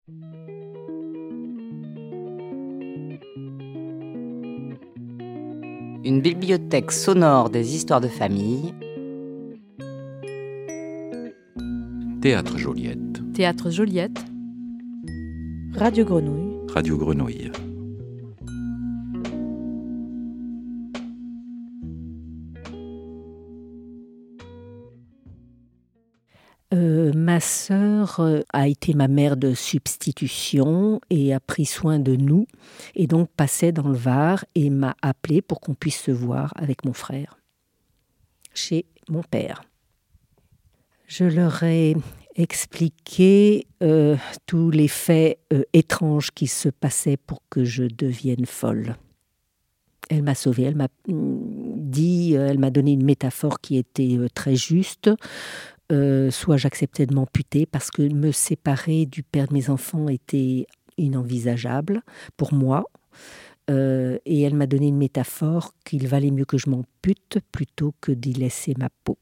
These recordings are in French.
Une bibliothèque sonore des histoires de famille. Théâtre Joliette. Théâtre Joliette. Radio Grenouille. Radio Grenouille. Ma sœur a été ma mère de substitution et a pris soin de nous, et donc passait dans le Var et m'a appelée pour qu'on puisse se voir avec mon frère, chez mon père. Je leur ai expliqué tous les faits étranges qui se passaient pour que je devienne folle. Elle m'a sauvée, elle m'a donné une métaphore qui était très juste. Soit j'acceptais de m'amputer parce que me séparer du père de mes enfants était inenvisageable pour moi. Et elle m'a donné une métaphore qu'il valait mieux que je m'ampute plutôt que d'y laisser ma peau.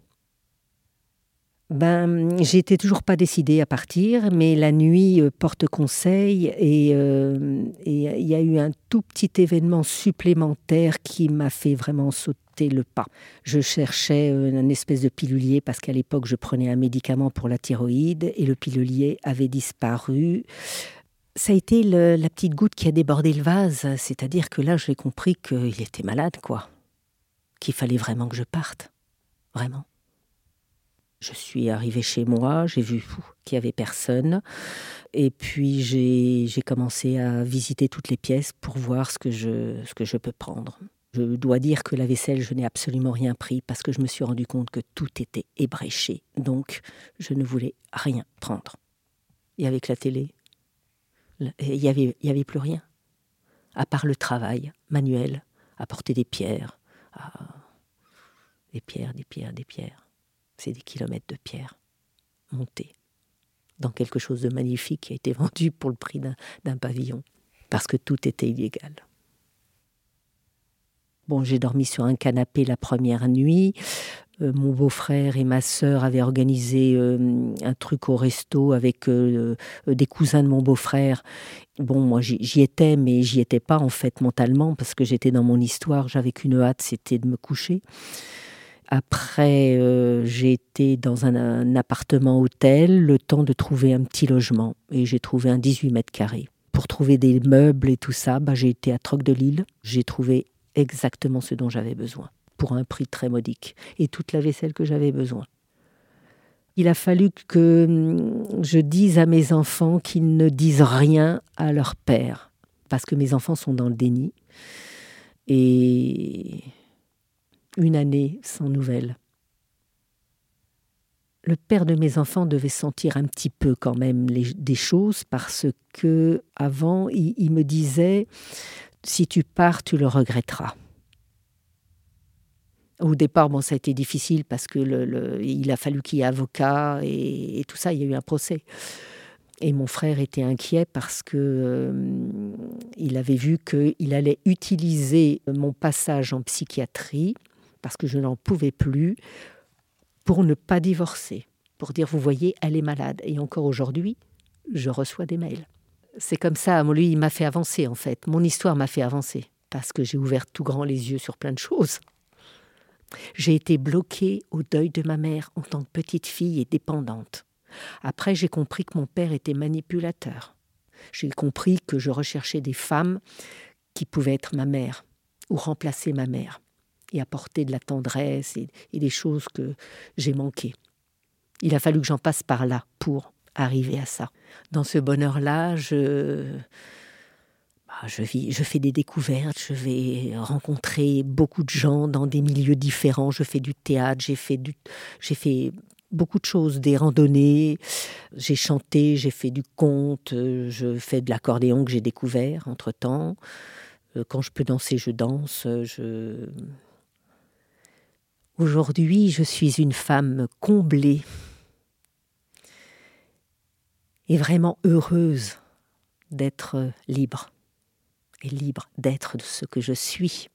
J'étais toujours pas décidée à partir, mais la nuit porte conseil et il y a eu un tout petit événement supplémentaire qui m'a fait vraiment sauter le pas. Je cherchais une espèce de pilulier parce qu'à l'époque je prenais un médicament pour la thyroïde et le pilulier avait disparu. Ça a été la petite goutte qui a débordé le vase, c'est-à-dire que là j'ai compris qu'il était malade, quoi. Qu'il fallait vraiment que je parte, vraiment. Je suis arrivée chez moi, j'ai vu qu'il n'y avait personne. Et puis j'ai commencé à visiter toutes les pièces pour voir ce que je peux prendre. Je dois dire que la vaisselle, je n'ai absolument rien pris parce que je me suis rendu compte que tout était ébréché. Donc je ne voulais rien prendre. Et avec la télé, il y avait plus rien. À part le travail manuel, à porter des pierres. Des pierres. C'est des kilomètres de pierres montées dans quelque chose de magnifique qui a été vendu pour le prix d'un pavillon, parce que tout était illégal. Bon, j'ai dormi sur un canapé la première nuit. Mon beau-frère et ma sœur avaient organisé un truc au resto avec des cousins de mon beau-frère. Bon, moi j'y étais, mais j'y étais pas en fait mentalement, parce que j'étais dans mon histoire, j'avais qu'une hâte, c'était de me coucher. Après, j'ai été dans un appartement-hôtel, le temps de trouver un petit logement. Et j'ai trouvé un 18 mètres carrés. Pour trouver des meubles et tout ça, j'ai été à Troc-de-Lille. J'ai trouvé exactement ce dont j'avais besoin, pour un prix très modique. Et toute la vaisselle que j'avais besoin. Il a fallu que je dise à mes enfants qu'ils ne disent rien à leur père. Parce que mes enfants sont dans le déni. Et... une année sans nouvelles. Le père de mes enfants devait sentir un petit peu quand même des choses, parce que avant il me disait « si tu pars, tu le regretteras ». Au départ, ça a été difficile parce que il a fallu qu'il y ait avocat et tout ça, il y a eu un procès. Et mon frère était inquiet parce que il avait vu qu'il allait utiliser mon passage en psychiatrie, parce que je n'en pouvais plus, pour ne pas divorcer. Pour dire, vous voyez, elle est malade. Et encore aujourd'hui, je reçois des mails. C'est comme ça, lui, il m'a fait avancer, en fait. Mon histoire m'a fait avancer, parce que j'ai ouvert tout grand les yeux sur plein de choses. J'ai été bloquée au deuil de ma mère en tant que petite fille et dépendante. Après, j'ai compris que mon père était manipulateur. J'ai compris que je recherchais des femmes qui pouvaient être ma mère, ou remplacer ma mère, et apporter de la tendresse et des choses que j'ai manquées. Il a fallu que j'en passe par là pour arriver à ça. Dans ce bonheur-là, je fais des découvertes, je vais rencontrer beaucoup de gens dans des milieux différents. Je fais du théâtre, j'ai fait beaucoup de choses, des randonnées, j'ai chanté, j'ai fait du conte, je fais de l'accordéon que j'ai découvert entre-temps. Quand je peux danser, je danse. Aujourd'hui, je suis une femme comblée et vraiment heureuse d'être libre et libre d'être ce que je suis.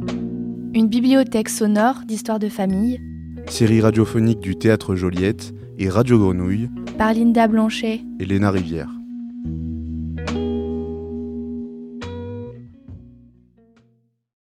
Une bibliothèque sonore d'histoires de famille. Série radiophonique du Théâtre Joliette, et Radio Grenouille par Linda Blanchet et Léna Rivière.